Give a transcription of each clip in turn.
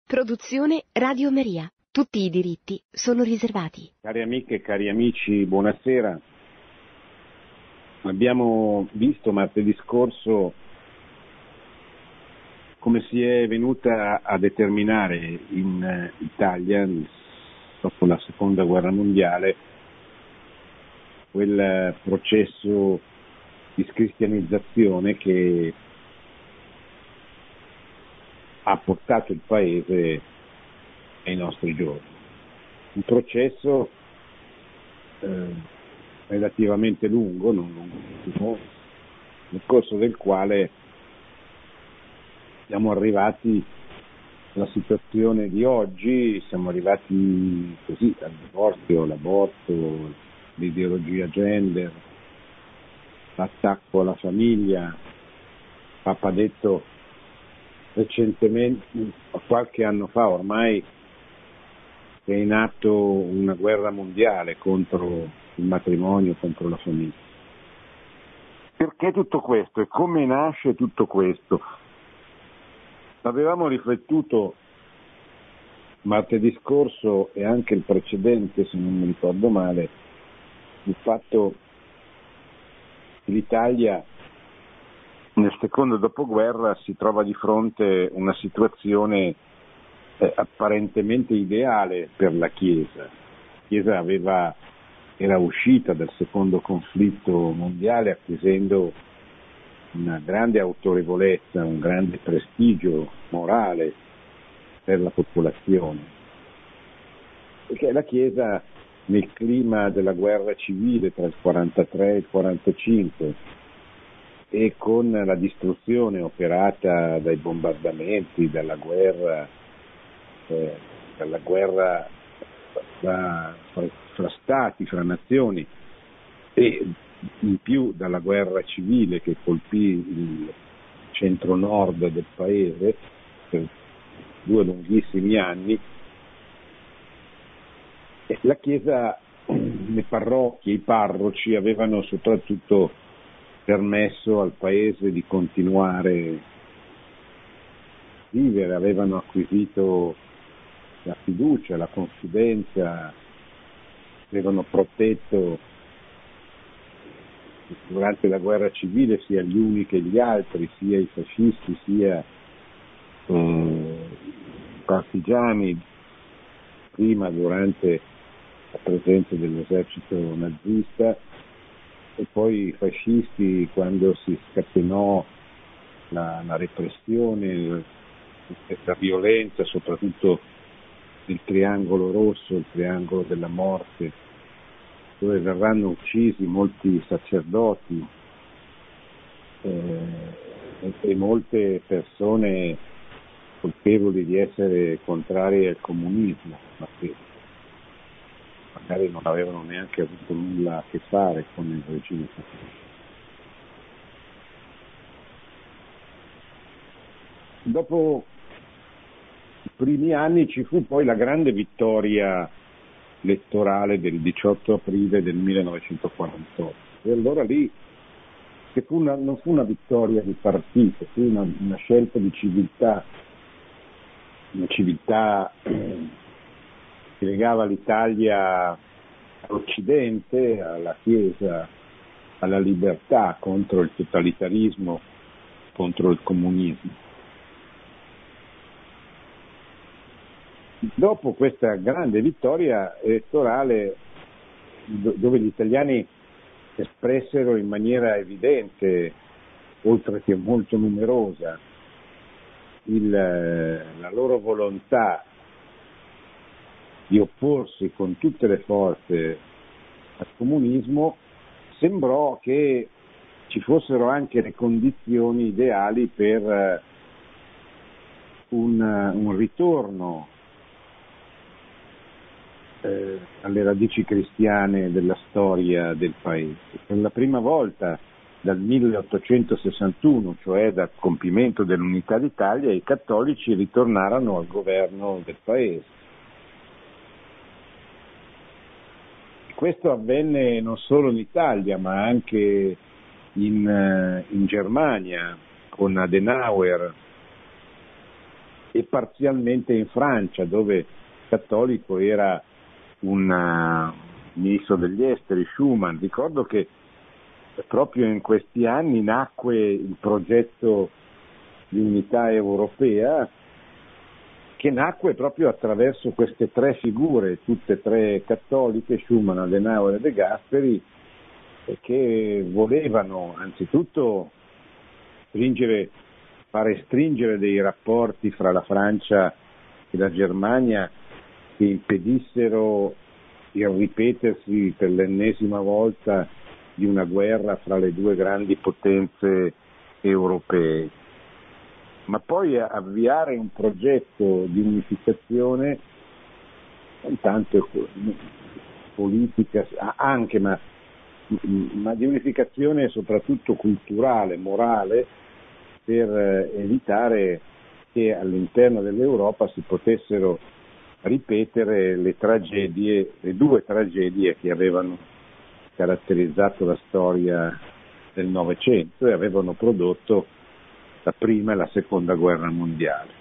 Produzione Radio Maria. Tutti i diritti sono riservati. Cari amiche e cari amici, buonasera. Abbiamo visto martedì scorso come si è venuta a determinare in Italia, dopo la Seconda Guerra Mondiale, quel processo di cristianizzazione che ha portato il Paese ai nostri giorni. Un processo relativamente lungo, non lunghissimo, nel corso del quale siamo arrivati alla situazione di oggi, siamo arrivati così al divorzio, l'aborto, l'ideologia gender, l'attacco alla famiglia. Papa ha detto recentemente, qualche anno fa ormai, che è in atto una guerra mondiale contro il matrimonio, contro la famiglia. Perché tutto questo e come nasce tutto questo? Avevamo riflettuto martedì scorso e anche il precedente, se non mi ricordo male, il fatto che l'Italia nel secondo dopoguerra si trova di fronte a una situazione apparentemente ideale per la Chiesa. La Chiesa era uscita dal secondo conflitto mondiale acquisendo una grande autorevolezza, un grande prestigio morale per la popolazione. Perché la Chiesa, nel clima della guerra civile tra il 43 e il 45, e con la distruzione operata dai bombardamenti, dalla guerra fra stati, fra nazioni, e in più dalla guerra civile che colpì il centro-nord del paese per 2 lunghissimi anni, e la Chiesa, le parrocchie, i parroci avevano soprattutto permesso al paese di continuare a vivere, avevano acquisito la fiducia, la confidenza, avevano protetto durante la guerra civile sia gli uni che gli altri, sia i fascisti sia i partigiani, prima durante la presenza dell'esercito nazista e poi i fascisti quando si scatenò la repressione, la violenza, soprattutto il triangolo rosso, il triangolo della morte, dove verranno uccisi molti sacerdoti e molte persone colpevoli di essere contrarie al comunismo, ma che magari non avevano neanche avuto nulla a che fare con il regime fascista. Dopo i primi anni ci fu poi la grande vittoria elettorale del 18 aprile del 1948 e allora lì che non fu una vittoria di partito, fu una scelta di civiltà, una civiltà che legava l'Italia all'Occidente, alla Chiesa, alla libertà, contro il totalitarismo, contro il comunismo. Dopo questa grande vittoria elettorale, dove gli italiani espressero in maniera evidente, oltre che molto numerosa, la loro volontà di opporsi con tutte le forze al comunismo, sembrò che ci fossero anche le condizioni ideali per un ritorno alle radici cristiane della storia del paese. Per la prima volta dal 1861, cioè dal compimento dell'unità d'Italia, i cattolici ritornarono al governo del paese. Questo avvenne non solo in Italia, ma anche in Germania, con Adenauer, e parzialmente in Francia, dove cattolico era un ministro degli esteri, Schuman. Ricordo che proprio in questi anni nacque il progetto di unità europea, che nacque proprio attraverso queste tre figure, tutte e tre cattoliche, Schuman, Adenauer e De Gasperi, che volevano anzitutto fare stringere dei rapporti fra la Francia e la Germania che impedissero il ripetersi per l'ennesima volta di una guerra fra le due grandi potenze europee, ma poi avviare un progetto di unificazione, non tanto politica anche, ma di unificazione soprattutto culturale, morale, per evitare che all'interno dell'Europa si potessero ripetere le due tragedie che avevano caratterizzato la storia del Novecento e avevano prodotto la prima e la seconda guerra mondiale.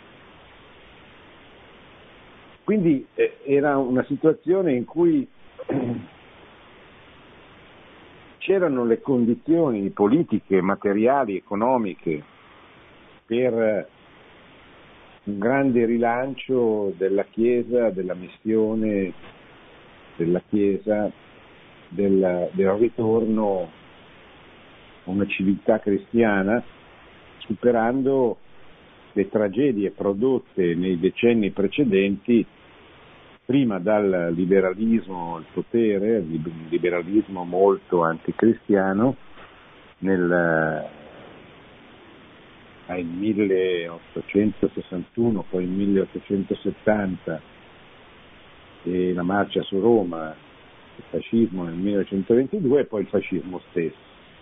Quindi era una situazione in cui c'erano le condizioni politiche, materiali, economiche per un grande rilancio della Chiesa, della missione della Chiesa, del ritorno a una civiltà cristiana, superando le tragedie prodotte nei decenni precedenti, prima dal liberalismo al potere, il liberalismo molto anticristiano, nel 1861, poi il 1870 e la marcia su Roma, il fascismo nel 1922 e poi il fascismo stesso.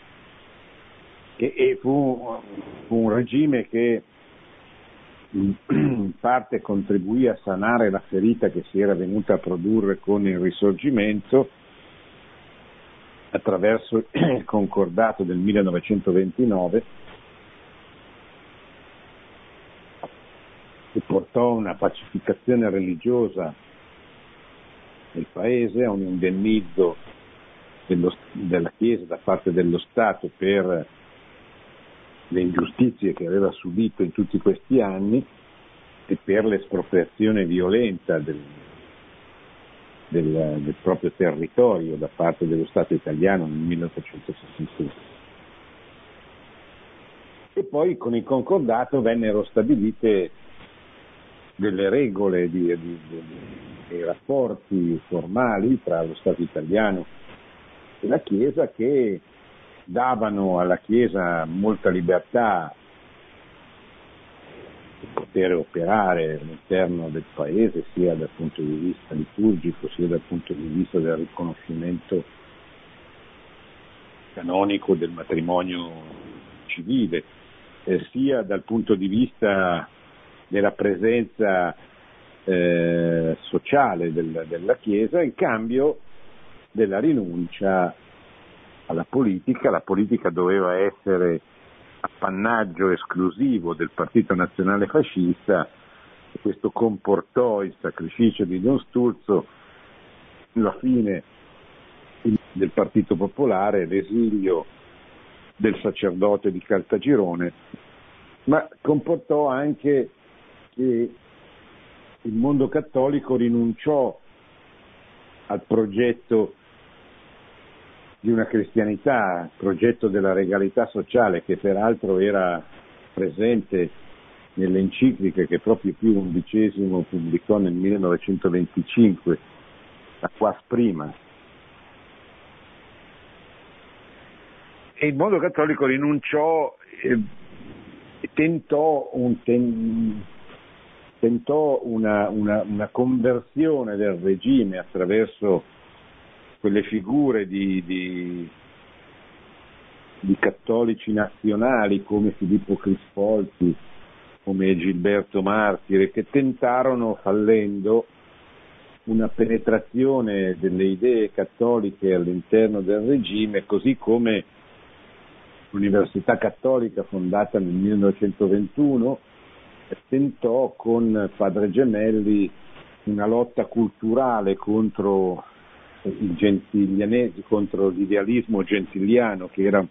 E fu un regime che in parte contribuì a sanare la ferita che si era venuta a produrre con il Risorgimento attraverso il concordato del 1929, che portò a una pacificazione religiosa nel paese, a un indennizzo della Chiesa da parte dello Stato per le ingiustizie che aveva subito in tutti questi anni e per l'espropriazione violenta del proprio territorio da parte dello Stato italiano nel 1861. E poi con il concordato vennero stabilite delle regole dei rapporti formali tra lo Stato italiano e la Chiesa, che davano alla Chiesa molta libertà di poter operare all'interno del paese, sia dal punto di vista liturgico, sia dal punto di vista del riconoscimento canonico del matrimonio civile, sia dal punto di vista della presenza sociale della Chiesa, in cambio della rinuncia alla politica. La politica doveva essere appannaggio esclusivo del Partito Nazionale Fascista, e questo comportò il sacrificio di Don Sturzo, la fine del Partito Popolare, l'esilio del sacerdote di Caltagirone, ma comportò anche che il mondo cattolico rinunciò al progetto di una cristianità, il progetto della regalità sociale, che peraltro era presente nelle encicliche che proprio Pio XI pubblicò nel 1925, la Quas Prima. E il mondo cattolico rinunciò e tentò una conversione del regime attraverso quelle figure di cattolici nazionali come Filippo Crisfolti, come Gilberto Martire, che tentarono, fallendo, una penetrazione delle idee cattoliche all'interno del regime, così come l'Università Cattolica, fondata nel 1921, tentò con Padre Gemelli una lotta culturale contro contro l'idealismo gentiliano, che era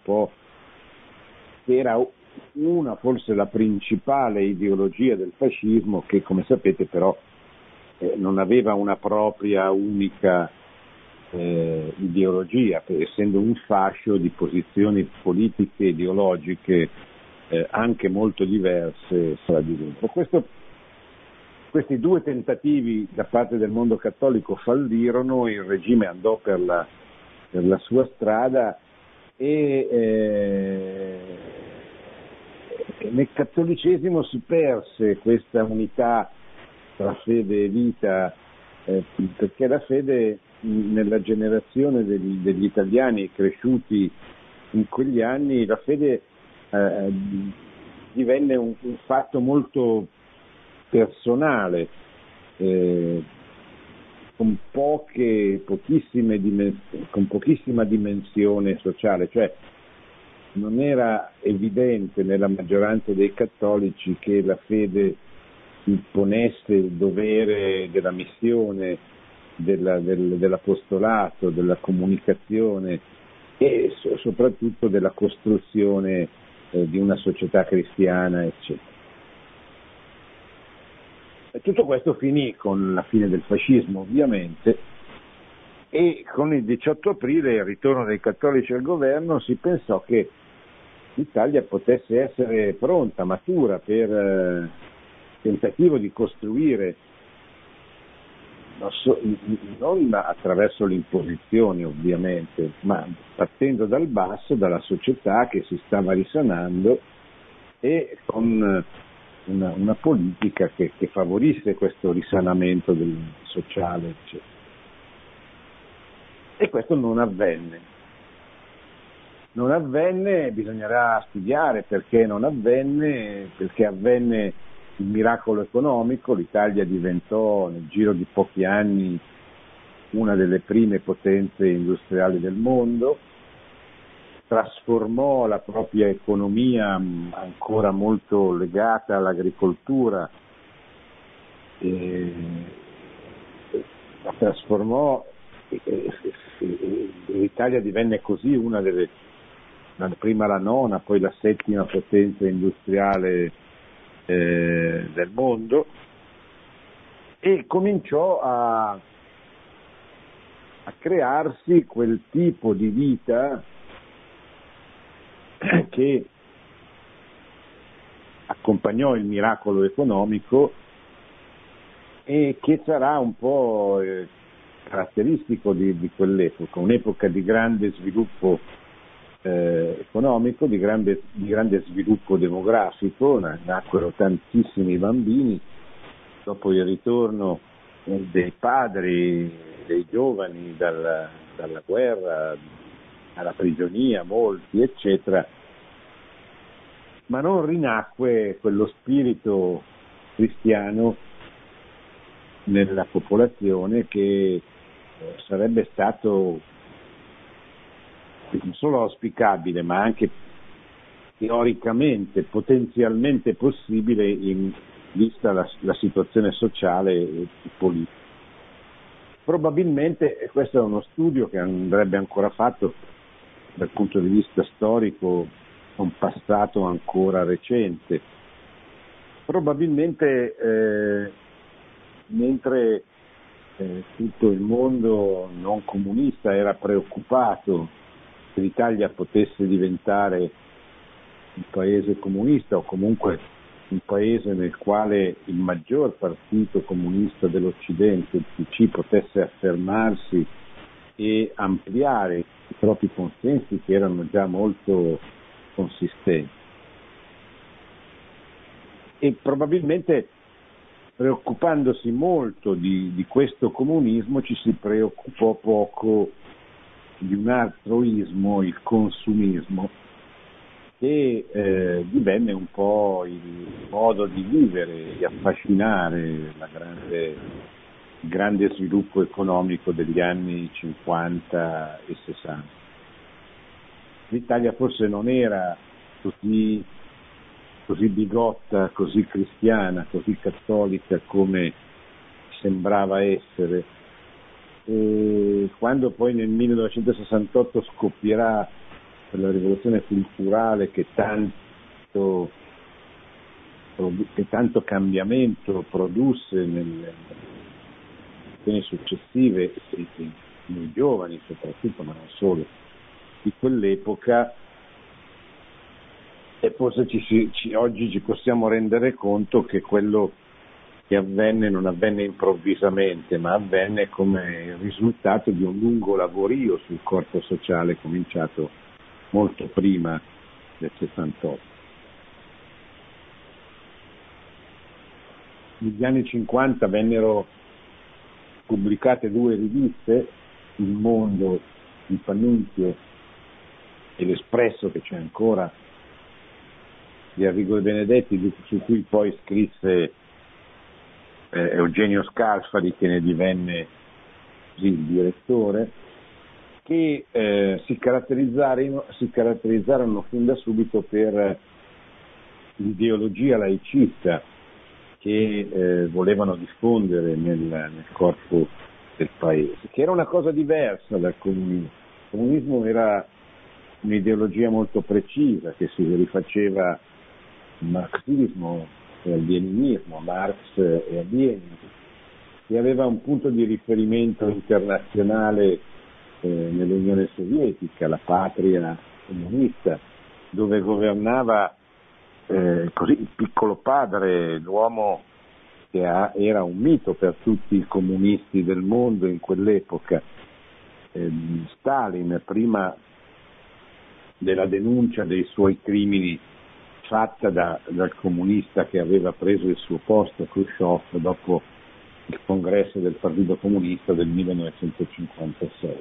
forse la principale ideologia del fascismo, che come sapete però non aveva una propria unica ideologia, essendo un fascio di posizioni politiche e ideologiche anche molto diverse fra di loro. Questi due tentativi da parte del mondo cattolico fallirono, il regime andò per la sua strada e nel cattolicesimo si perse questa unità tra fede e vita, perché la fede nella generazione degli italiani cresciuti in quegli anni, la fede divenne un fatto molto personale, con pochissima dimensione sociale, cioè non era evidente nella maggioranza dei cattolici che la fede imponesse il dovere della missione, dell'apostolato, della comunicazione e soprattutto della costruzione di una società cristiana, eccetera. E tutto questo finì con la fine del fascismo, ovviamente, e con il 18 aprile, il ritorno dei cattolici al governo, si pensò che l'Italia potesse essere pronta, matura per tentativo di costruire, non attraverso l'imposizione ovviamente, ma partendo dal basso, dalla società che si stava risanando e con una politica che favorisse questo risanamento del sociale, eccetera. E questo non avvenne. Non avvenne, bisognerà studiare perché non avvenne, perché avvenne il miracolo economico, l'Italia diventò nel giro di pochi anni una delle prime potenze industriali del mondo, trasformò la propria economia ancora molto legata all'agricoltura, la trasformò, l'Italia divenne così una delle, prima la nona, poi la settima potenza industriale del mondo, e cominciò a crearsi quel tipo di vita che accompagnò il miracolo economico e che sarà un po' caratteristico di quell'epoca, un'epoca di grande sviluppo economico, di grande sviluppo demografico, nacquero tantissimi bambini dopo il ritorno dei padri, dei giovani dalla guerra, alla prigionia, molti, eccetera, ma non rinacque quello spirito cristiano nella popolazione che sarebbe stato non solo auspicabile, ma anche teoricamente, potenzialmente possibile vista la situazione sociale e politica. Probabilmente, questo è uno studio che andrebbe ancora fatto dal punto di vista storico, un passato ancora recente. Probabilmente mentre tutto il mondo non comunista era preoccupato che l'Italia potesse diventare un paese comunista o comunque un paese nel quale il maggior partito comunista dell'Occidente, il PC, potesse affermarsi e ampliare i propri consensi che erano già molto consistenti. E probabilmente, preoccupandosi molto di questo comunismo, ci si preoccupò poco di un altro ismo, il consumismo, che divenne un po' il modo di vivere, di affascinare il grande sviluppo economico degli anni 50 e 60. L'Italia forse non era così così bigotta, così cristiana, così cattolica come sembrava essere. E quando poi nel 1968 scoppierà la rivoluzione culturale che tanto cambiamento produsse nelle generazioni successive e nei giovani soprattutto, ma non solo, di quell'epoca, e forse oggi ci possiamo rendere conto che quello che avvenne non avvenne improvvisamente, ma avvenne come il risultato di un lungo lavorio sul corpo sociale cominciato molto prima del 68. Negli anni 50 vennero pubblicate 2 riviste, Il Mondo, Il Pannunzio e L'Espresso, che c'è ancora, di Arrigo De Benedetti, su cui poi scrisse Eugenio Scalfari, che ne divenne il direttore, che si caratterizzarono fin da subito per l'ideologia laicista che volevano diffondere nel corpo del paese, che era una cosa diversa dal comunismo. Il comunismo era un'ideologia molto precisa che si rifaceva al marxismo e al leninismo, Marx e a Lenin, che aveva un punto di riferimento internazionale nell'Unione Sovietica, la patria comunista, dove governava così il piccolo padre, l'uomo che era un mito per tutti i comunisti del mondo in quell'epoca, Stalin, prima della denuncia dei suoi crimini fatta dal comunista che aveva preso il suo posto, Khrushchev, dopo il congresso del Partito Comunista del 1956.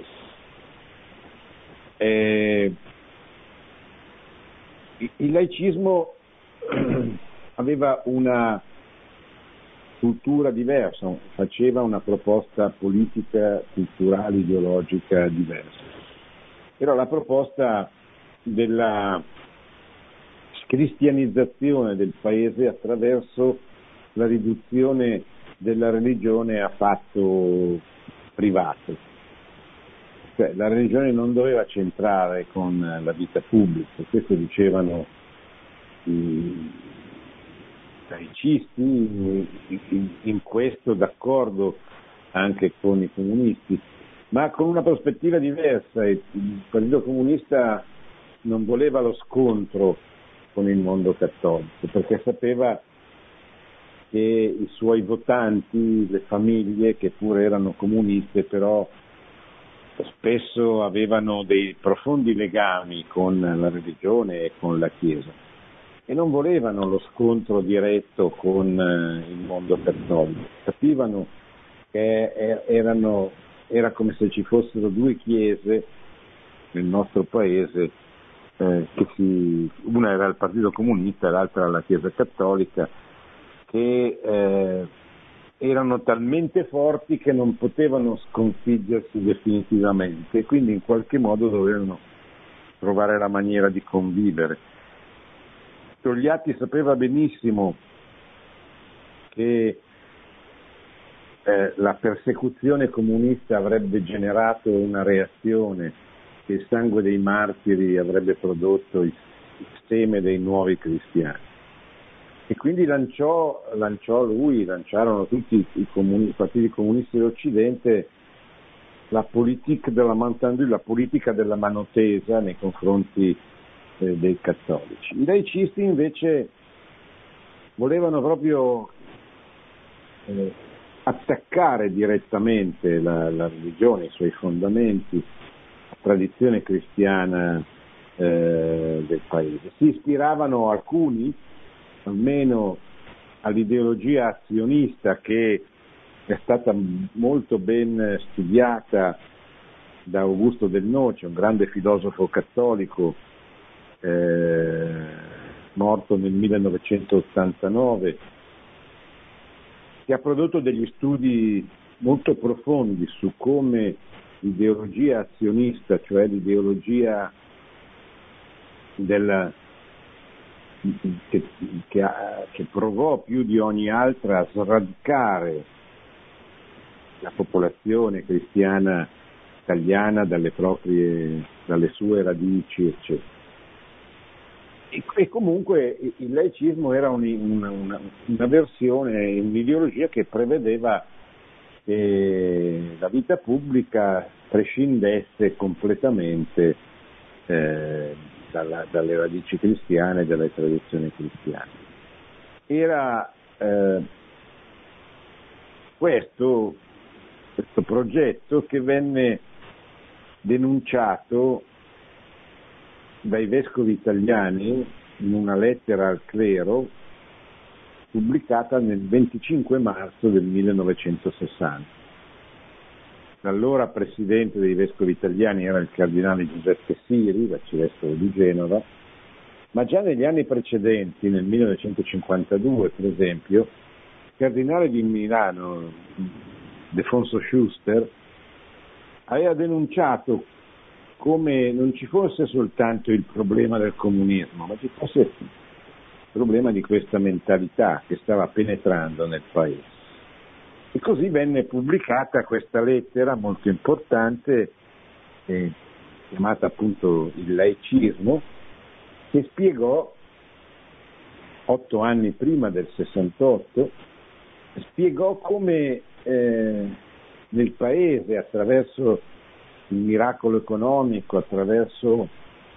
Il laicismo aveva una cultura diversa, faceva una proposta politica, culturale, ideologica diversa. Però la proposta della cristianizzazione del paese attraverso la riduzione della religione a fatto privato. Cioè, la religione non doveva c'entrare con la vita pubblica, questo dicevano i laicisti, in questo d'accordo anche con i comunisti, ma con una prospettiva diversa. Il Partito Comunista non voleva lo scontro con il mondo cattolico, perché sapeva che i suoi votanti, le famiglie che pure erano comuniste, però spesso avevano dei profondi legami con la religione e con la Chiesa e non volevano lo scontro diretto con il mondo cattolico. Capivano che era come se ci fossero 2 chiese nel nostro paese, una era il Partito Comunista e l'altra la Chiesa Cattolica, che erano talmente forti che non potevano sconfiggersi definitivamente e quindi in qualche modo dovevano trovare la maniera di convivere. Togliatti sapeva benissimo che la persecuzione comunista avrebbe generato una reazione, che il sangue dei martiri avrebbe prodotto il seme dei nuovi cristiani. E quindi lanciarono tutti i partiti comunisti dell'Occidente la politique de la main tendue, la politica della mano tesa nei confronti dei cattolici. I laicisti invece volevano proprio attaccare direttamente la religione, i suoi fondamenti, la tradizione cristiana del paese. Si ispiravano alcuni, almeno, all'ideologia azionista che è stata molto ben studiata da Augusto Del Noce, un grande filosofo cattolico morto nel 1989, che ha prodotto degli studi molto profondi su come l'ideologia azionista, cioè l'ideologia del che provò più di ogni altra a sradicare la popolazione cristiana italiana dalle sue radici, eccetera. E comunque il laicismo era una versione, un'ideologia che prevedeva che la vita pubblica prescindesse completamente dalle radici cristiane e dalle tradizioni cristiane. Era questo progetto che venne denunciato dai vescovi italiani in una lettera al clero pubblicata nel 25 marzo del 1960. L'allora presidente dei vescovi italiani era il cardinale Giuseppe Siri, l'arcivescovo di Genova, ma già negli anni precedenti, nel 1952 per esempio, il cardinale di Milano, Defonso Schuster, aveva denunciato come non ci fosse soltanto il problema del comunismo, ma ci fosse il problema di questa mentalità che stava penetrando nel paese. E così venne pubblicata questa lettera molto importante, chiamata appunto il laicismo, che spiegò, 8 anni prima del 68, spiegò come nel paese, attraverso il miracolo economico, attraverso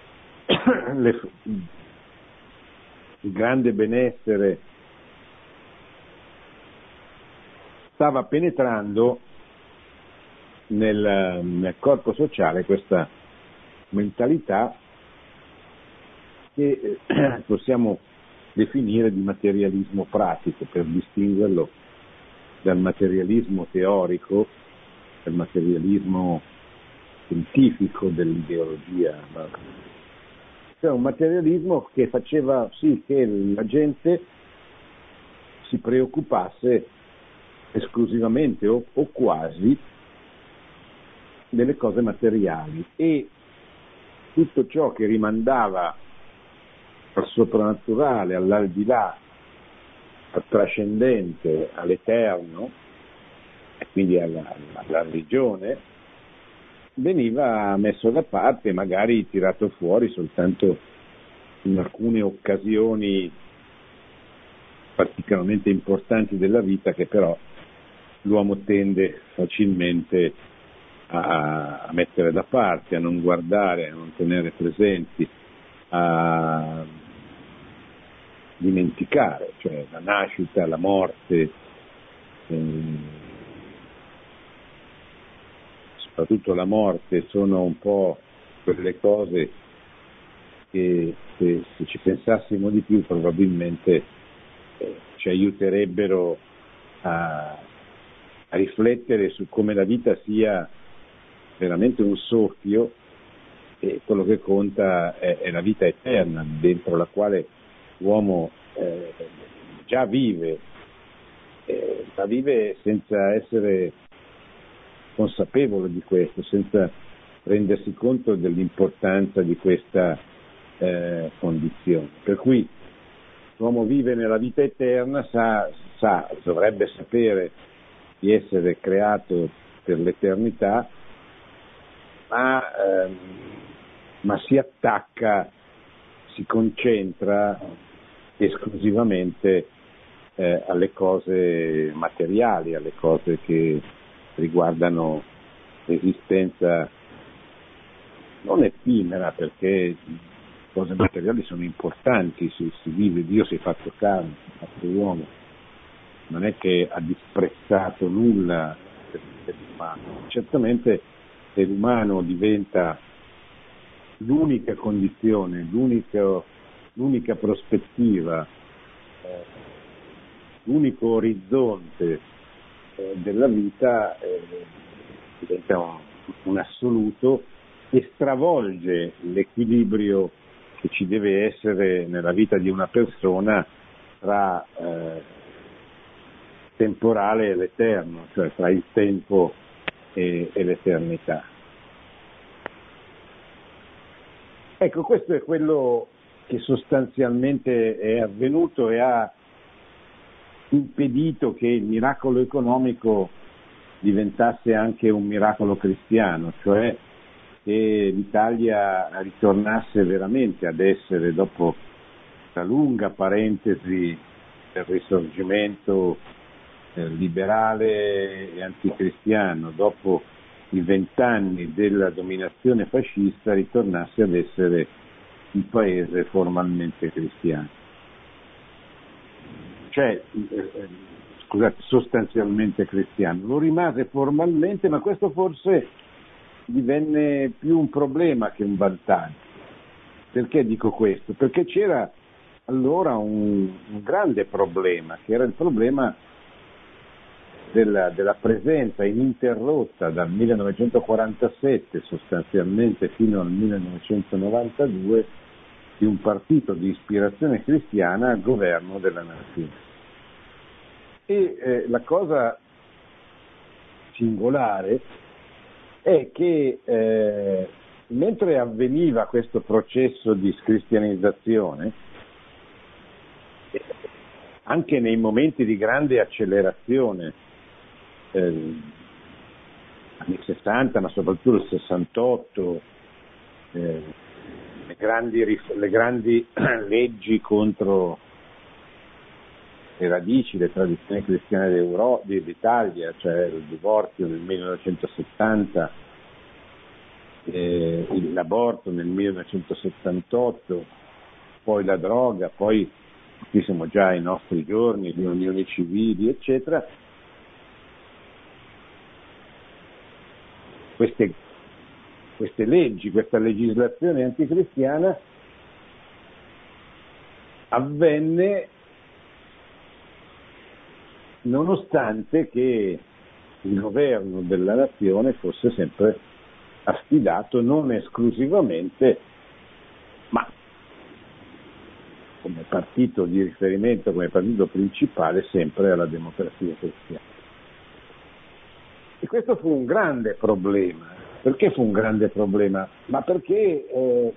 il grande benessere, stava penetrando nel corpo sociale questa mentalità che possiamo definire di materialismo pratico, per distinguerlo dal materialismo teorico, dal materialismo scientifico dell'ideologia. Cioè un materialismo che faceva sì che la gente si preoccupasse esclusivamente o quasi delle cose materiali, e tutto ciò che rimandava al soprannaturale, all'aldilà, al trascendente, all'eterno, e quindi alla religione, veniva messo da parte, magari tirato fuori soltanto in alcune occasioni particolarmente importanti della vita, che però l'uomo tende facilmente a mettere da parte, a non guardare, a non tenere presenti, a dimenticare, cioè la nascita, la morte, soprattutto la morte, sono un po' quelle cose che se ci pensassimo di più probabilmente ci aiuterebbero a riflettere su come la vita sia veramente un soffio, e quello che conta è la vita eterna, dentro la quale l'uomo già vive, ma vive senza essere consapevole di questo, senza rendersi conto dell'importanza di questa condizione. Per cui l'uomo vive nella vita eterna, dovrebbe sapere di essere creato per l'eternità, ma si attacca, si concentra esclusivamente alle cose materiali, alle cose che riguardano l'esistenza non effimera, perché le cose materiali sono importanti, si vive, Dio si è fatto carne, si è fatto uomo, non è che ha disprezzato nulla dell'umano. Certamente se l'umano diventa l'unica condizione, l'unica prospettiva, l'unico orizzonte della vita, diventa un assoluto e stravolge l'equilibrio che ci deve essere nella vita di una persona tra temporale e l'eterno, cioè tra il tempo e l'eternità. Ecco, questo è quello che sostanzialmente è avvenuto e ha impedito che il miracolo economico diventasse anche un miracolo cristiano, cioè che l'Italia ritornasse veramente ad essere, dopo la lunga parentesi del risorgimento liberale e anticristiano, dopo i 20 anni della dominazione fascista, ritornasse ad essere un paese formalmente cristiano. Cioè, scusate, sostanzialmente cristiano. Lo rimase formalmente, ma questo forse divenne più un problema che un vantaggio. Perché dico questo? Perché c'era allora un grande problema, che era il problema della presenza ininterrotta dal 1947 sostanzialmente fino al 1992 di un partito di ispirazione cristiana al governo della nazione. E la cosa singolare è che mentre avveniva questo processo di scristianizzazione, anche nei momenti di grande accelerazione, anni 60, ma soprattutto il 68, le grandi leggi contro le radici, le tradizioni cristiane d'Italia, cioè il divorzio nel 1970, l'aborto nel 1978, poi la droga, poi qui siamo già ai nostri giorni, le unioni civili, eccetera. Queste leggi, questa legislazione anticristiana avvenne nonostante che il governo della nazione fosse sempre affidato non esclusivamente, ma come partito di riferimento, come partito principale, sempre alla democrazia cristiana. E questo fu un grande problema. Perché fu un grande problema? Ma perché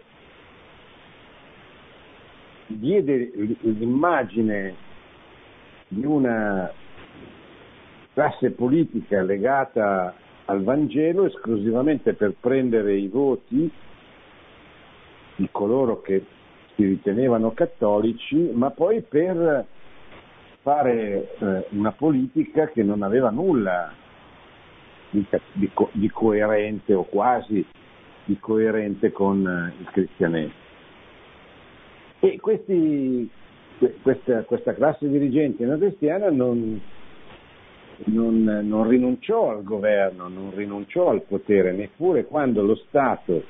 diede l'immagine di una classe politica legata al Vangelo esclusivamente per prendere i voti di coloro che si ritenevano cattolici, ma poi per fare una politica che non aveva nulla di coerente o quasi di coerente con il cristianesimo. E questa classe dirigente non cristiana non rinunciò al governo, non rinunciò al potere, neppure quando lo Stato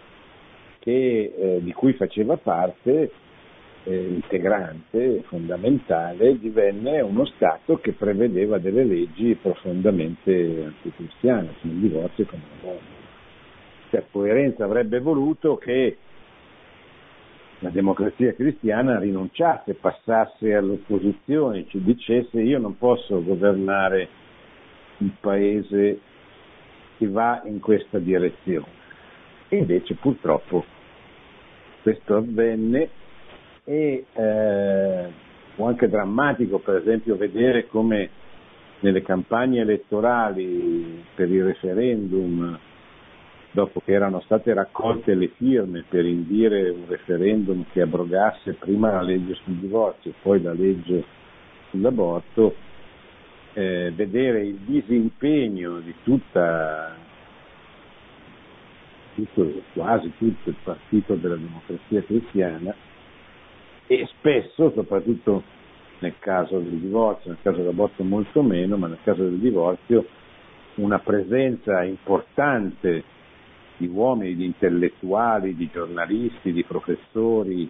di cui faceva parte, integrante, fondamentale, divenne uno Stato che prevedeva delle leggi profondamente anticristiane, come il divorzio e come l'aborto. Per coerenza avrebbe voluto che la democrazia cristiana rinunciasse, passasse all'opposizione, ci dicesse: io non posso governare un paese che va in questa direzione. E invece purtroppo questo avvenne e fu anche drammatico, per esempio, vedere come nelle campagne elettorali per il referendum, dopo che erano state raccolte le firme per indire un referendum che abrogasse prima la legge sul divorzio e poi la legge sull'aborto, vedere il disimpegno di quasi tutto il partito della democrazia cristiana, e spesso, soprattutto nel caso del divorzio, nel caso dell'aborto molto meno, ma nel caso del divorzio, una presenza importante di uomini, di intellettuali, di giornalisti, di professori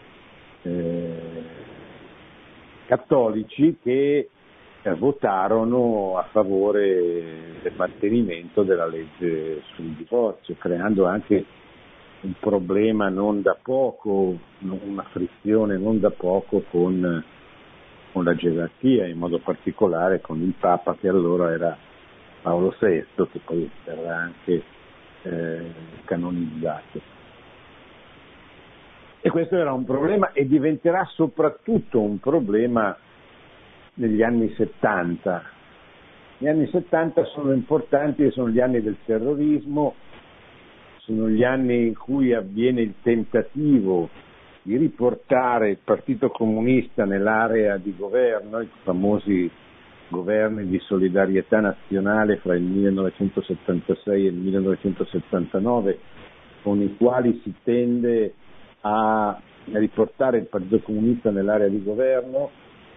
cattolici che votarono a favore del mantenimento della legge sul divorzio, creando anche un problema non da poco, una frizione non da poco con la gerarchia, in modo particolare con il Papa, che allora era Paolo VI, che poi verrà anche canonizzato. E questo era un problema e diventerà soprattutto un problema negli anni 70. Gli anni 70 sono importanti, sono gli anni del terrorismo, sono gli anni in cui avviene il tentativo di riportare il Partito Comunista nell'area di governo, i famosi governi di solidarietà nazionale fra il 1976 e il 1979, con i quali si tende a riportare il Partito Comunista nell'area di governo,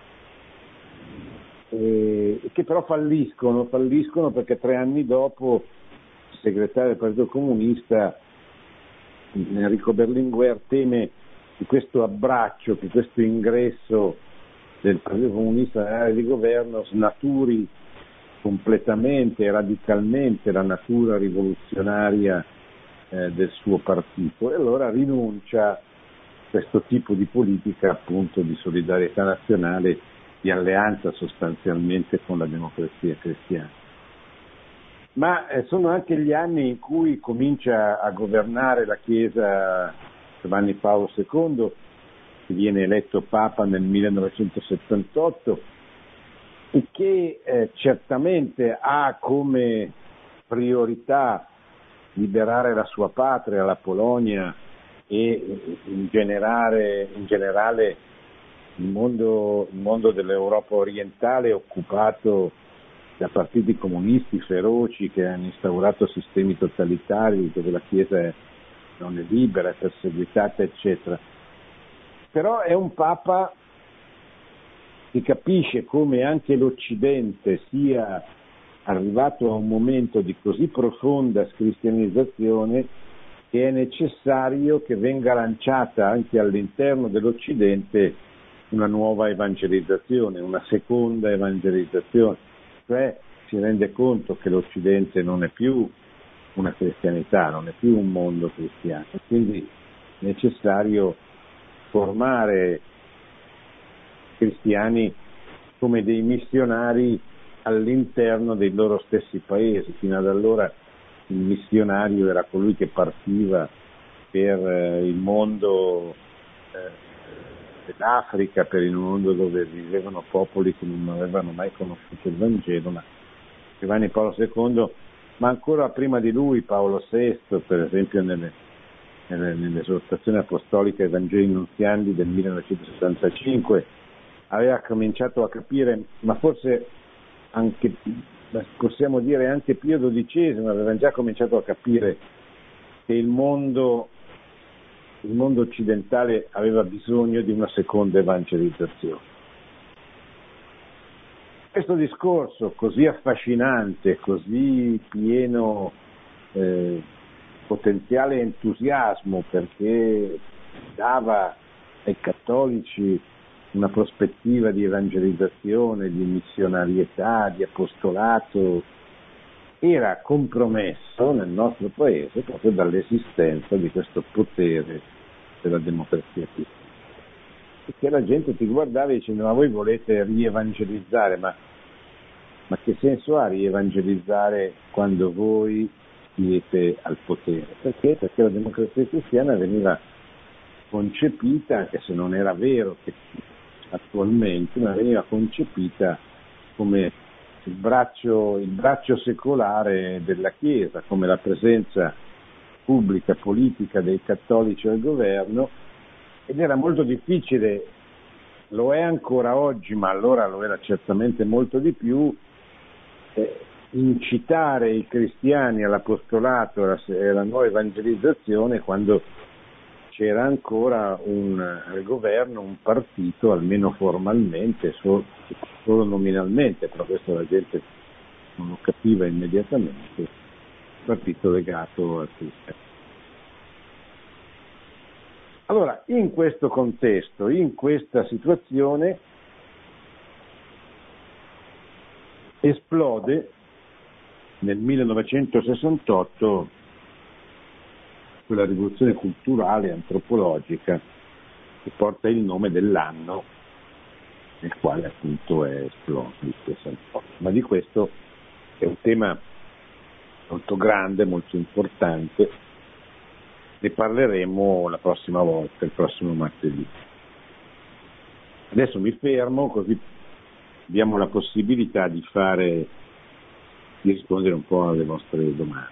che però falliscono perché 3 anni dopo il segretario del Partito Comunista, Enrico Berlinguer, teme che questo abbraccio, che questo ingresso del Partito Comunista nell'area di governo snaturi completamente e radicalmente la natura rivoluzionaria del suo partito, e allora rinuncia a questo tipo di politica appunto di solidarietà nazionale, di alleanza sostanzialmente con la Democrazia Cristiana. Ma sono anche gli anni in cui comincia a governare la Chiesa Giovanni Paolo II, che viene eletto Papa nel 1978 e che certamente ha come priorità liberare la sua patria, la Polonia, e in generale il mondo dell'Europa orientale occupato da partiti comunisti feroci che hanno instaurato sistemi totalitari dove la Chiesa non è libera, è perseguitata, eccetera. Però è un Papa che capisce come anche l'Occidente sia arrivato a un momento di così profonda scristianizzazione che è necessario che venga lanciata anche all'interno dell'Occidente una nuova evangelizzazione, una seconda evangelizzazione, cioè si rende conto che l'Occidente non è più una cristianità, non è più un mondo cristiano, quindi è necessario formare cristiani come dei missionari all'interno dei loro stessi paesi. Fino ad allora il missionario era colui che partiva per il mondo dell'Africa, per il mondo dove vivevano popoli che non avevano mai conosciuto il Vangelo, ma Giovanni Paolo II, ma ancora prima di lui Paolo VI, per esempio nell'esortazione apostolica ai Vangeli Nunziandi del 1975, aveva cominciato a capire, ma forse anche, possiamo dire anche Pio XII aveva già cominciato a capire che il mondo occidentale aveva bisogno di una seconda evangelizzazione. Questo discorso così affascinante, così pieno potenziale entusiasmo, perché dava ai cattolici una prospettiva di evangelizzazione, di missionarietà, di apostolato, era compromesso nel nostro paese proprio dall'esistenza di questo potere della democrazia cristiana. Perché la gente ti guardava e diceva: ma voi volete rievangelizzare, ma che senso ha rievangelizzare quando voi siete al potere? Perché? Perché la democrazia cristiana veniva concepita, anche se non era vero che attualmente, ma veniva concepita come il braccio secolare della Chiesa, come la presenza pubblica, politica dei cattolici al governo, ed era molto difficile, lo è ancora oggi, ma allora lo era certamente molto di più, incitare i cristiani all'apostolato e alla nuova evangelizzazione quando c'era ancora al governo un partito, almeno formalmente, solo nominalmente, però questo la gente non lo capiva immediatamente, un partito legato al cristianesimo. Allora, in questo contesto, in questa situazione, esplode nel 1968 quella rivoluzione culturale antropologica che porta il nome dell'anno nel quale appunto è esploso il 68. Ma di questo è un tema molto grande, molto importante, ne parleremo la prossima volta, il prossimo martedì. Adesso mi fermo, così abbiamo la possibilità di rispondere un po' alle vostre domande.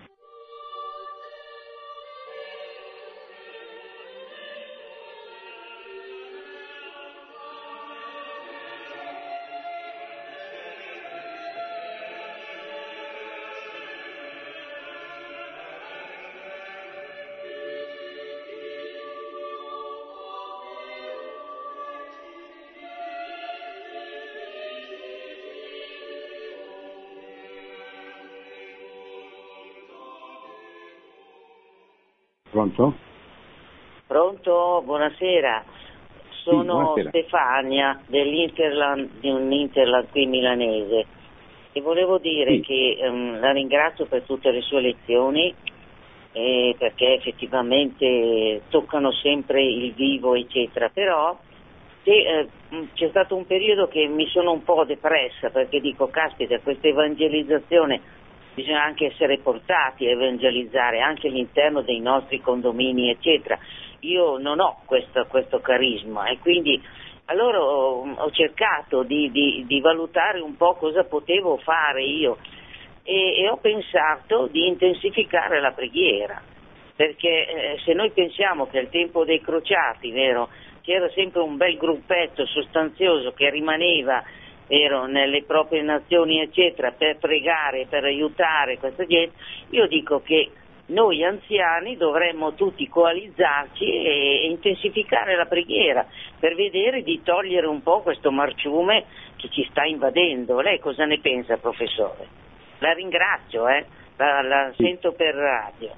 Pronto? Pronto? Buonasera. Sono buonasera. Stefania dell'Interland, di un Interland qui milanese, e volevo dire che la ringrazio per tutte le sue lezioni, perché effettivamente toccano sempre il vivo, eccetera, però c'è stato un periodo che mi sono un po' depressa, perché dico, caspita, questa evangelizzazione, bisogna anche essere portati a evangelizzare anche all'interno dei nostri condomini, eccetera. Io non ho questo carisma, e quindi allora ho cercato di valutare un po' cosa potevo fare io, e ho pensato di intensificare la preghiera, perché se noi pensiamo che al tempo dei crociati, vero, c'era sempre un bel gruppetto sostanzioso che rimaneva, vero, nelle proprie nazioni, eccetera, per pregare, per aiutare questa gente, io dico che noi anziani dovremmo tutti coalizzarci e intensificare la preghiera per vedere di togliere un po' questo marciume che ci sta invadendo. Lei cosa ne pensa, professore? La ringrazio, la sento per radio.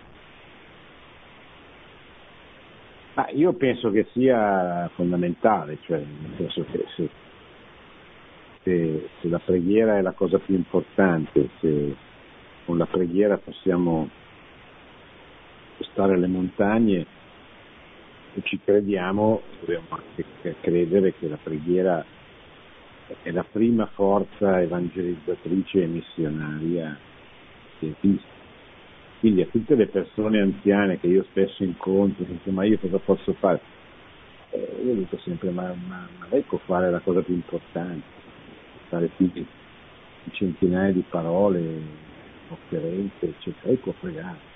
Io penso che sia fondamentale, cioè nel senso che se la preghiera è la cosa più importante, se con la preghiera possiamo spostare le montagne e ci crediamo, dobbiamo anche credere che la preghiera è la prima forza evangelizzatrice e missionaria che esiste. Quindi a tutte le persone anziane che io spesso incontro, ma io cosa posso fare? Io dico sempre, ma lei può fare la cosa più importante, fare di centinaia di parole, conferenze, eccetera. Lei può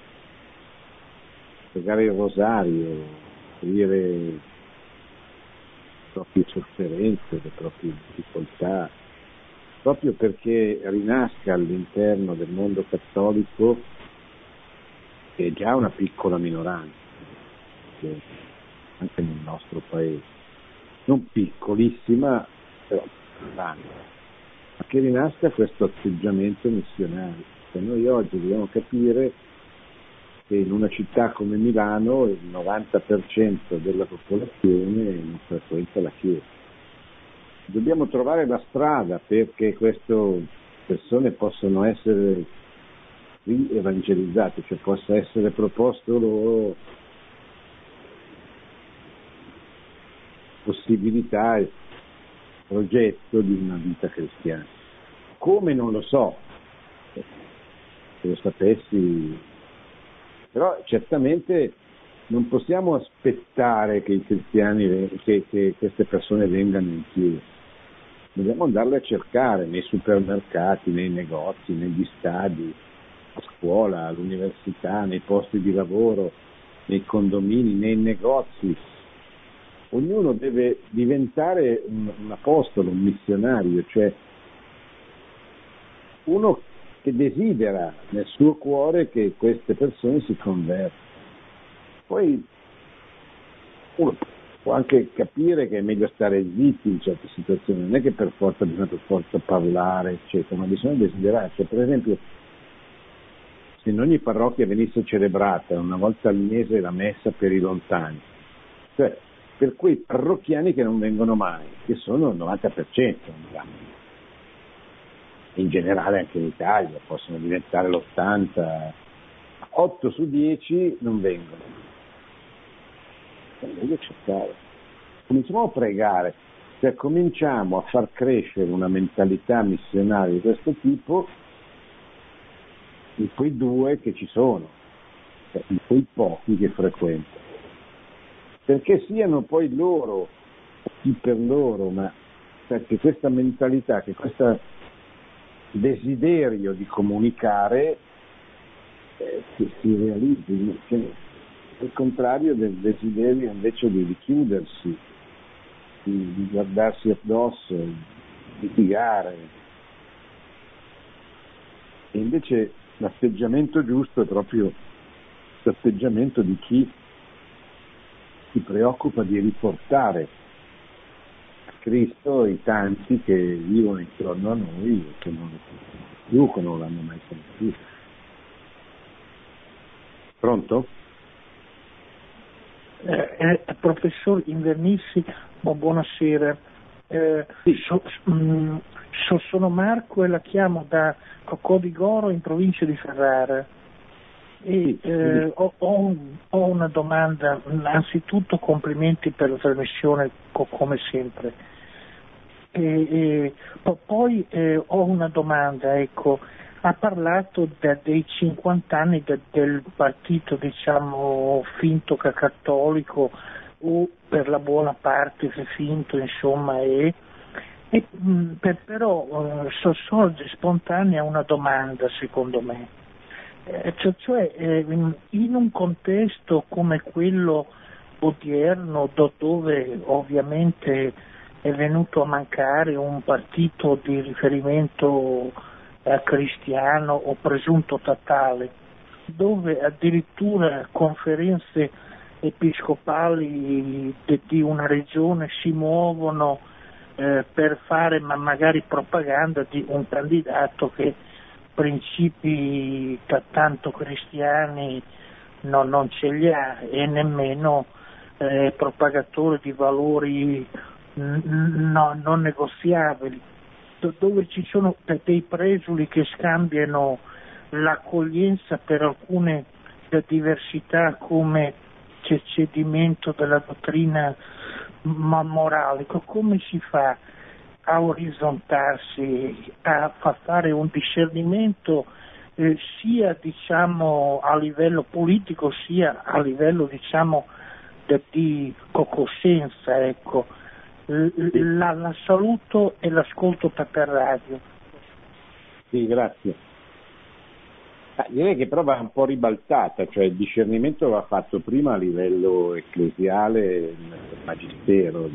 pregare il rosario, offrire le proprie sofferenze, le proprie difficoltà, proprio perché rinasca all'interno del mondo cattolico, che è già una piccola minoranza, anche nel nostro paese, non piccolissima, però grande, ma che rinasca questo atteggiamento missionario. E noi oggi dobbiamo capire che in una città come Milano il 90% della popolazione non frequenta la Chiesa. Dobbiamo trovare la strada perché queste persone possano essere evangelizzate, cioè possa essere proposto loro possibilità e progetto di una vita cristiana. Come non lo so, se lo sapessi, però certamente non possiamo aspettare che i cristiani, che queste persone vengano in chiesa, dobbiamo andarle a cercare nei supermercati, nei negozi, negli stadi, a scuola, all'università, nei posti di lavoro, nei condomini, nei negozi. Ognuno deve diventare un apostolo, un missionario, cioè uno che desidera nel suo cuore che queste persone si convertano. Poi uno può anche capire che è meglio stare zitti in certe situazioni, non è che bisogna per forza parlare, eccetera, ma bisogna desiderare. Cioè, per esempio, se in ogni parrocchia venisse celebrata una volta al mese la messa per i lontani, cioè per quei parrocchiani che non vengono mai, che sono il 90%, in generale anche in Italia possono diventare l'80%, 8 su 10 non vengono. Meglio accettare. Cominciamo a pregare, cioè cominciamo a far crescere una mentalità missionaria di questo tipo in quei due che ci sono, di quei pochi che frequentano, perché siano poi loro, chi per loro, ma perché questa mentalità, che questo desiderio di comunicare si realizzi, al contrario del desiderio invece di chiudersi, di guardarsi addosso, di litigare. E invece l'atteggiamento giusto è proprio l'atteggiamento di chi si preoccupa di riportare a Cristo i tanti che vivono intorno a noi e che non lo conoscono più, che non l'hanno mai conosciuto. Pronto? Professor Invernissi, buonasera. Sì. Sono Marco e la chiamo da Coccò di Goro in provincia di Ferrara. E ho una domanda. Anzitutto complimenti per la trasmissione come sempre. Poi ho una domanda, ecco. Ha parlato dei 50 anni del partito, diciamo, finto cattolico, o per la buona parte finto, insomma, però sorge spontanea una domanda, secondo me, in un contesto come quello odierno, dove ovviamente è venuto a mancare un partito di riferimento cristiano o presunto tale, dove addirittura conferenze episcopali di una regione si muovono per fare magari propaganda di un candidato che principi tanto cristiani non ce li ha, e nemmeno propagatore di valori non negoziabili, dove ci sono dei presuli che scambiano l'accoglienza per alcune diversità come cedimento della dottrina morale. Come si fa a orizzontarsi, a fare un discernimento sia, diciamo, a livello politico, sia a livello, diciamo, di coscienza, ecco. La saluto e l'ascolto per radio. Sì, grazie. Direi che però va un po' ribaltata, cioè il discernimento va fatto prima a livello ecclesiale, nel magistero,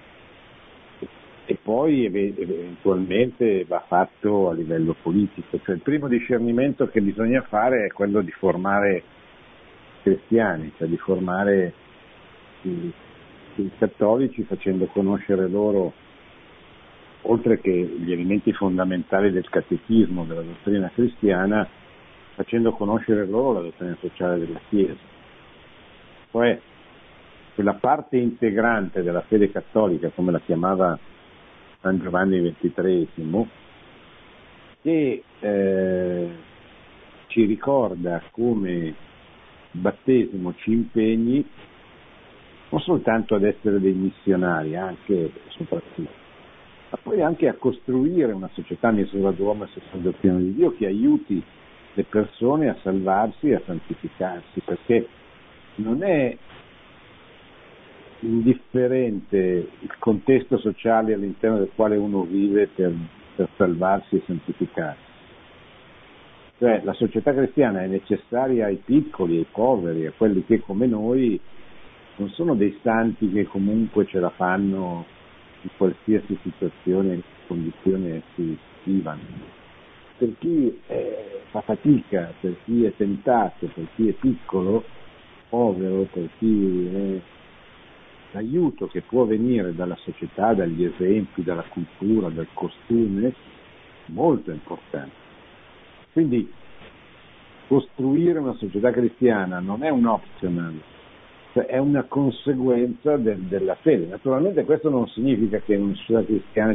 e poi eventualmente va fatto a livello politico. Cioè il primo discernimento che bisogna fare è quello di formare cristiani, cioè di formare i cattolici, facendo conoscere loro, oltre che gli elementi fondamentali del catechismo, della dottrina cristiana, facendo conoscere loro la dottrina sociale della Chiesa. Cioè quella parte integrante della fede cattolica, come la chiamava San Giovanni XXIII, che ci ricorda come il battesimo ci impegni non soltanto ad essere dei missionari, anche e soprattutto, ma poi anche a costruire una società a misura d'uomo e secondo il piano di Dio, che aiuti le persone a salvarsi e a santificarsi, perché non è indifferente il contesto sociale all'interno del quale uno vive per salvarsi e santificarsi. Cioè la società cristiana è necessaria ai piccoli, ai poveri, a quelli che come noi non sono dei santi che comunque ce la fanno in qualsiasi situazione e condizione si vivano. Per chi fa fatica, per chi è tentato, per chi è piccolo, povero, per chi l'aiuto che può venire dalla società, dagli esempi, dalla cultura, dal costume, molto importante. Quindi costruire una società cristiana non è un optional, cioè è una conseguenza della fede. Naturalmente questo non significa che in una società cristiana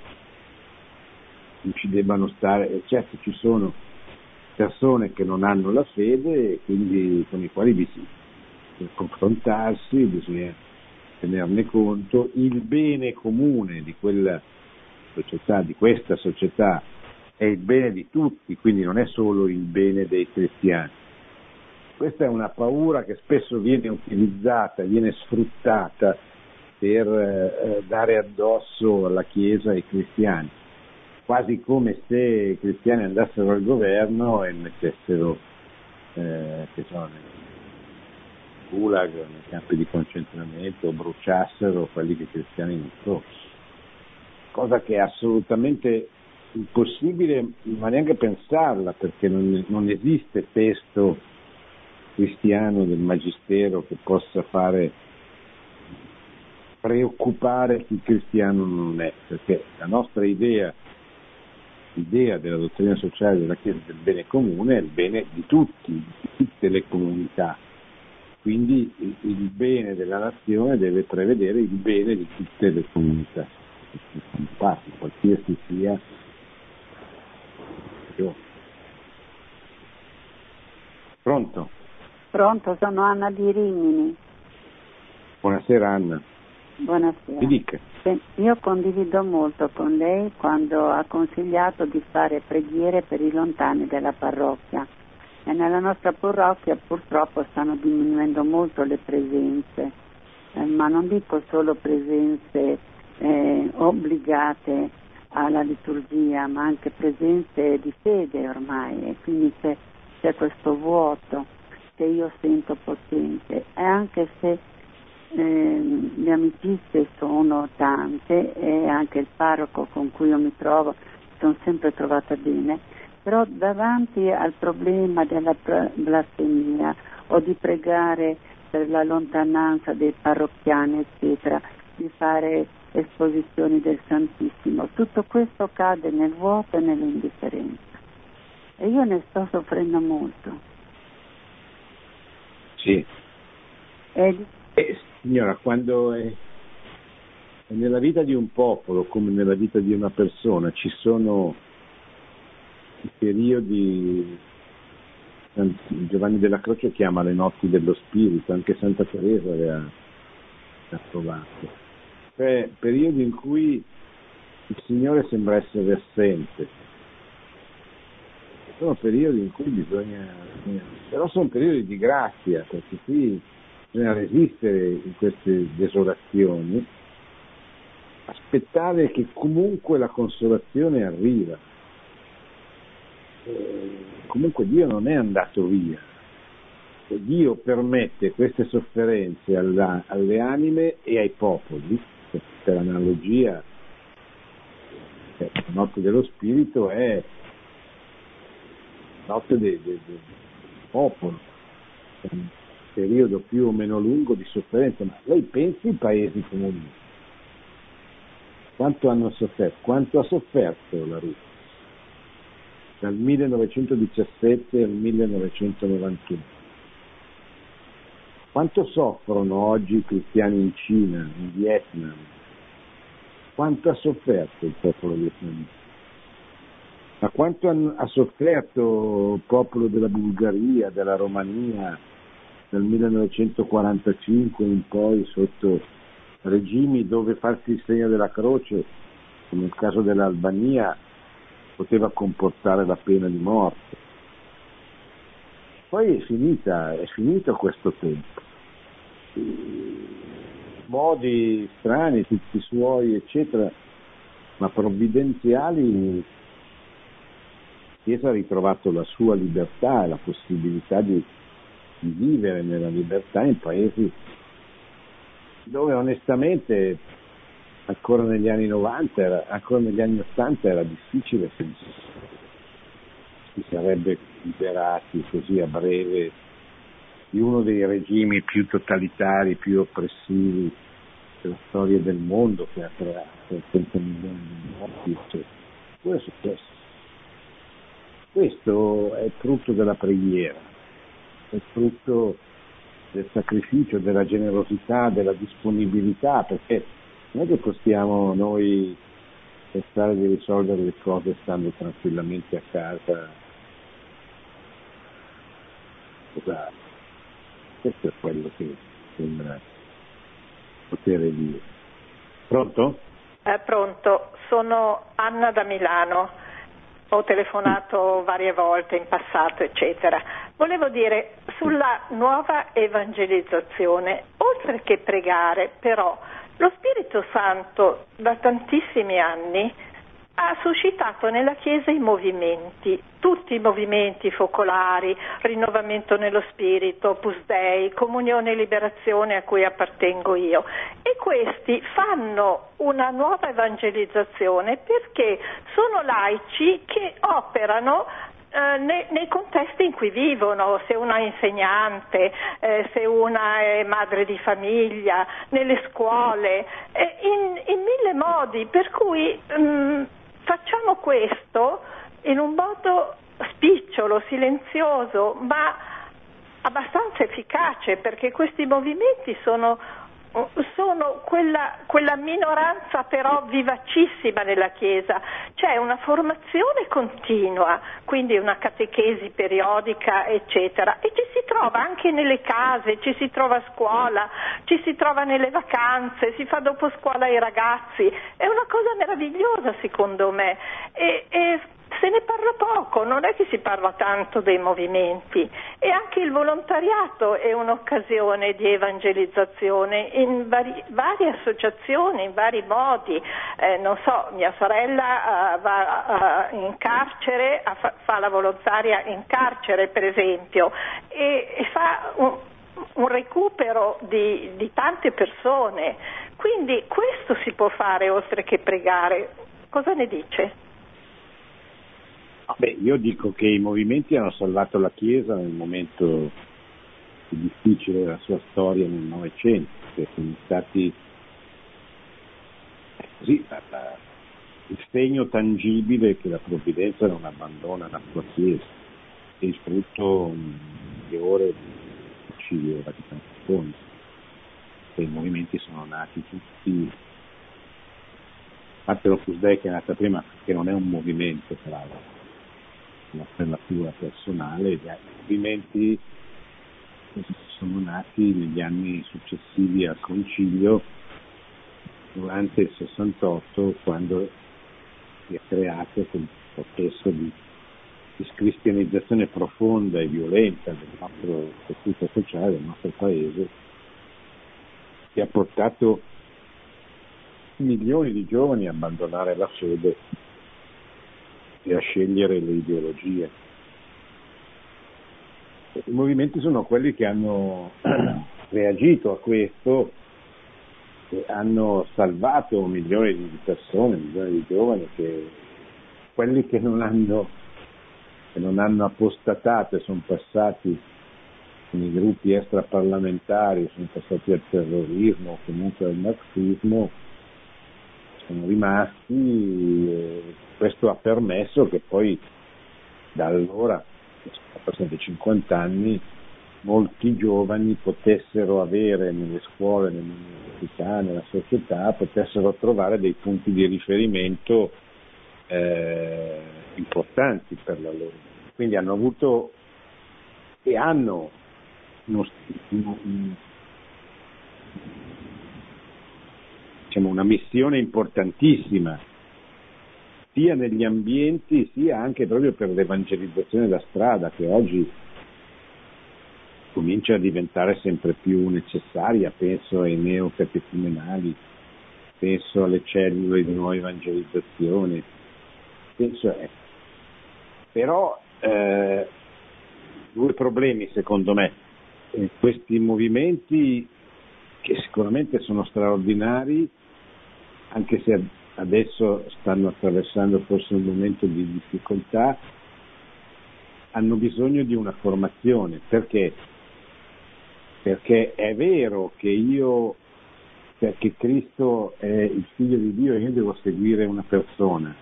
ci debbano stare, certo ci sono persone che non hanno la fede e quindi con i quali bisogna confrontarsi, bisogna tenerne conto. Il bene comune di quella società, di questa società, è il bene di tutti, quindi non è solo il bene dei cristiani. questa è una paura che spesso viene utilizzata, viene sfruttata per dare addosso alla Chiesa e ai cristiani, quasi come se i cristiani andassero al governo e mettessero che sono nei gulag, nei campi di concentramento, o bruciassero quelli che i cristiani non sono. Cosa che è assolutamente impossibile, ma neanche pensarla, perché non esiste testo cristiano del magistero che possa fare preoccupare chi cristiano non è, perché la nostra idea della dottrina sociale della Chiesa del bene comune è il bene di tutti, di tutte le comunità, quindi il bene della nazione deve prevedere il bene di tutte le comunità, qualsiasi sia. Pronto? Pronto, sono Anna di Rimini. Buonasera Anna. Buonasera. Mi dica. Io condivido molto con lei quando ha consigliato di fare preghiere per i lontani della parrocchia. E nella nostra parrocchia purtroppo stanno diminuendo molto le presenze, ma non dico solo presenze obbligate alla liturgia, ma anche presenze di fede ormai, e quindi c'è questo vuoto che io sento potente, e anche se le amicizie sono tante e anche il parroco con cui io mi trovo sono sempre trovata bene, però davanti al problema della blasfemia o di pregare per la lontananza dei parrocchiani eccetera, di fare esposizioni del Santissimo, tutto questo cade nel vuoto e nell'indifferenza e io ne sto soffrendo molto. Sì. Signora, quando è nella vita di un popolo come nella vita di una persona ci sono i periodi, Giovanni della Croce chiama le notti dello spirito, anche Santa Teresa le ha trovato, cioè periodi in cui il Signore sembra essere assente, sono periodi in cui però sono periodi di grazia, perché qui bisogna resistere in queste desolazioni, aspettare che comunque la consolazione arriva. Comunque Dio non è andato via, Dio permette queste sofferenze alle anime e ai popoli, per analogia la notte dello spirito è la notte del popolo, periodo più o meno lungo di sofferenza, ma lei pensi ai paesi comunisti, quanto hanno sofferto, quanto ha sofferto la Russia dal 1917 al 1991, quanto soffrono oggi i cristiani in Cina, in Vietnam, quanto ha sofferto il popolo vietnamita, ma quanto ha sofferto il popolo della Bulgaria, della Romania, dal 1945 in poi sotto regimi dove farsi il segno della croce, come nel caso dell'Albania, poteva comportare la pena di morte. Poi è finito questo tempo. Modi strani, tutti suoi, eccetera, ma provvidenziali, la Chiesa ha ritrovato la sua libertà e la possibilità di vivere nella libertà in paesi dove onestamente ancora negli anni 90, ancora negli anni 80 era difficile se si sarebbe liberati così a breve di uno dei regimi più totalitari, più oppressivi della storia del mondo, che ha creato 30 milioni di morti, eccetera. Cosa è successo? Questo è frutto della preghiera, è frutto del sacrificio, della generosità, della disponibilità, perché non è che possiamo noi pensare di risolvere le cose stando tranquillamente a casa. Scusate, questo è quello che sembra poter dire. Pronto? Pronto, sono Anna da Milano. Ho telefonato varie volte in passato, eccetera. Volevo dire, sulla nuova evangelizzazione, oltre che pregare, però, lo Spirito Santo da tantissimi anni ha suscitato nella Chiesa i movimenti, tutti i movimenti focolari, rinnovamento nello spirito, Opus Dei, comunione e liberazione a cui appartengo io, e questi fanno una nuova evangelizzazione perché sono laici che operano nei contesti in cui vivono, se una è insegnante, se una è madre di famiglia, nelle scuole, in mille modi, per cui facciamo questo in un modo spicciolo, silenzioso, ma abbastanza efficace, perché questi movimenti sono quella minoranza però vivacissima nella Chiesa. C'è una formazione continua, quindi una catechesi periodica, eccetera, e ci si trova anche nelle case, ci si trova a scuola, ci si trova nelle vacanze, si fa dopo scuola ai ragazzi, è una cosa meravigliosa secondo me, e se ne parla poco, non è che si parla tanto dei movimenti, e anche il volontariato è un'occasione di evangelizzazione in varie associazioni, in vari modi. Non so, mia sorella va in carcere, fa la volontaria in carcere per esempio, e fa un recupero di tante persone, quindi questo si può fare oltre che pregare. Cosa ne dice? Beh, io dico che i movimenti hanno salvato la Chiesa nel momento più difficile della sua storia nel Novecento, che sono stati così il segno tangibile che la provvidenza non abbandona la sua Chiesa, e il frutto migliore del Concilio Vaticano II. I movimenti sono nati tutti, a parte l'Opus Dei che è nata prima, che non è un movimento tra l'altro, per natura personale, i movimenti sono nati negli anni successivi al Concilio, durante il 68, quando si è creato quel processo di discristianizzazione profonda e violenta del nostro tessuto sociale, del nostro paese, che ha portato milioni di giovani a abbandonare la fede e a scegliere le ideologie. I movimenti sono quelli che hanno reagito a questo e hanno salvato milioni di persone, milioni di giovani, quelli che non hanno apostatato e sono passati nei gruppi extraparlamentari, sono passati al terrorismo o comunque al marxismo, sono rimasti. Questo ha permesso che poi da allora, sono passati 50 anni, molti giovani potessero avere nelle scuole, nelle università, nella società, potessero trovare dei punti di riferimento importanti per la loro. Quindi hanno avuto e hanno una missione importantissima, sia negli ambienti sia anche proprio per l'evangelizzazione da strada, che oggi comincia a diventare sempre più necessaria. Penso ai neocatecumenali, penso alle cellule di nuova evangelizzazione, però due problemi secondo me. Questi movimenti, che sicuramente sono straordinari, anche se adesso stanno attraversando forse un momento di difficoltà, hanno bisogno di una formazione. Perché? Perché è vero che perché Cristo è il Figlio di Dio e io devo seguire una persona,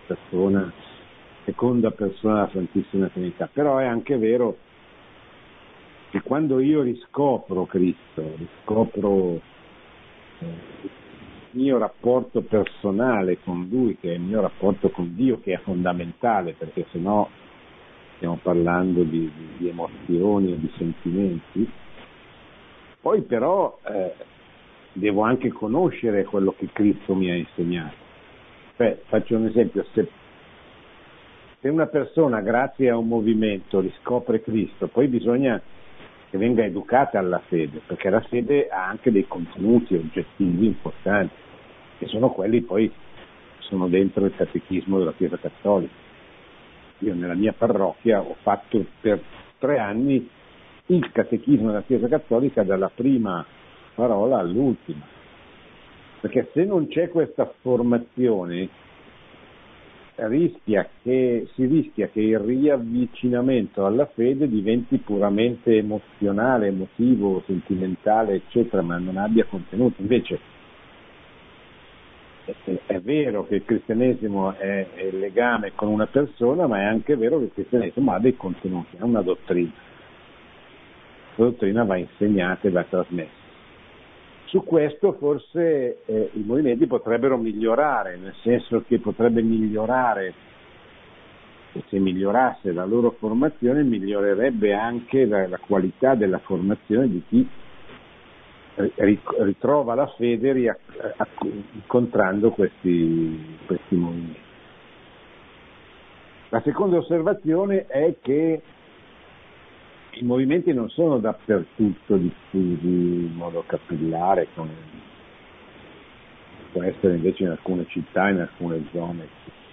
seconda persona della Santissima Trinità, però è anche vero che quando io riscopro Cristo, riscopro il mio rapporto personale con Lui, che è il mio rapporto con Dio, che è fondamentale, perché sennò stiamo parlando di emozioni e di sentimenti. Poi però devo anche conoscere quello che Cristo mi ha insegnato. Faccio un esempio: se una persona grazie a un movimento riscopre Cristo, poi bisogna che venga educata alla fede, perché la fede ha anche dei contenuti oggettivi importanti, che sono quelli poi sono dentro il catechismo della Chiesa Cattolica. Io nella mia parrocchia ho fatto per 3 anni il catechismo della Chiesa Cattolica dalla prima parola all'ultima, perché se non c'è questa formazione si rischia che il riavvicinamento alla fede diventi puramente emozionale, emotivo, sentimentale, eccetera, ma non abbia contenuto. Invece è vero che il cristianesimo è il legame con una persona, ma è anche vero che il cristianesimo ha dei contenuti, ha una dottrina. La dottrina va insegnata e va trasmessa. Su questo forse i movimenti potrebbero migliorare, nel senso che potrebbe migliorare, e se migliorasse la loro formazione, migliorerebbe anche la qualità della formazione di chi ritrova la fede incontrando questi movimenti. La seconda osservazione è che i movimenti non sono dappertutto diffusi in modo capillare, come può essere invece in alcune città, in alcune zone.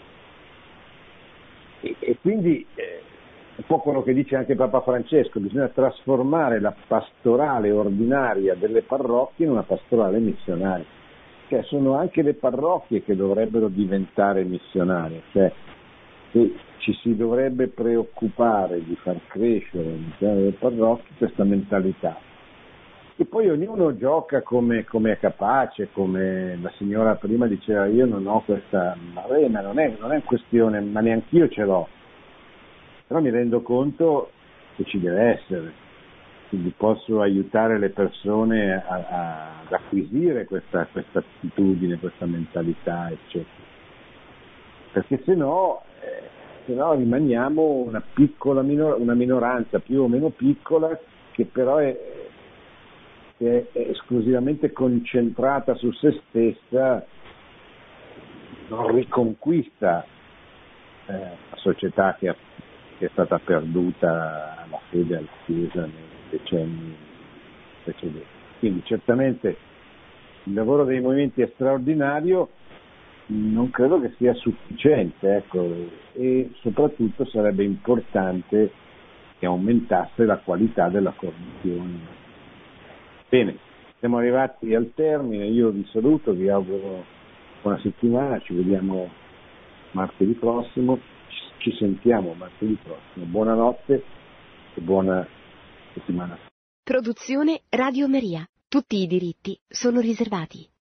E quindi un po' quello che dice anche Papa Francesco, bisogna trasformare la pastorale ordinaria delle parrocchie in una pastorale missionaria. Cioè sono anche le parrocchie che dovrebbero diventare missionarie, cioè ci si dovrebbe preoccupare di far crescere all'interno delle parrocchie questa mentalità. E poi ognuno gioca come è capace, come la signora prima diceva, io non ho questa, ma non è questione, ma neanch'io ce l'ho. Però mi rendo conto che ci deve essere, quindi posso aiutare le persone ad acquisire questa attitudine, questa mentalità, eccetera. Perché se no rimaniamo una piccola una minoranza più o meno piccola che però è esclusivamente concentrata su se stessa, non riconquista la società che è stata perduta alla fede alla Chiesa nei decenni precedenti. Quindi certamente il lavoro dei movimenti è straordinario, non credo che sia sufficiente, ecco, e soprattutto sarebbe importante che aumentasse la qualità della formazione. Bene, siamo arrivati al termine, io vi saluto, vi auguro buona settimana, ci vediamo martedì prossimo, ci sentiamo martedì prossimo, buonanotte e buona settimana. Produzione Radio Maria. Tutti i diritti sono riservati.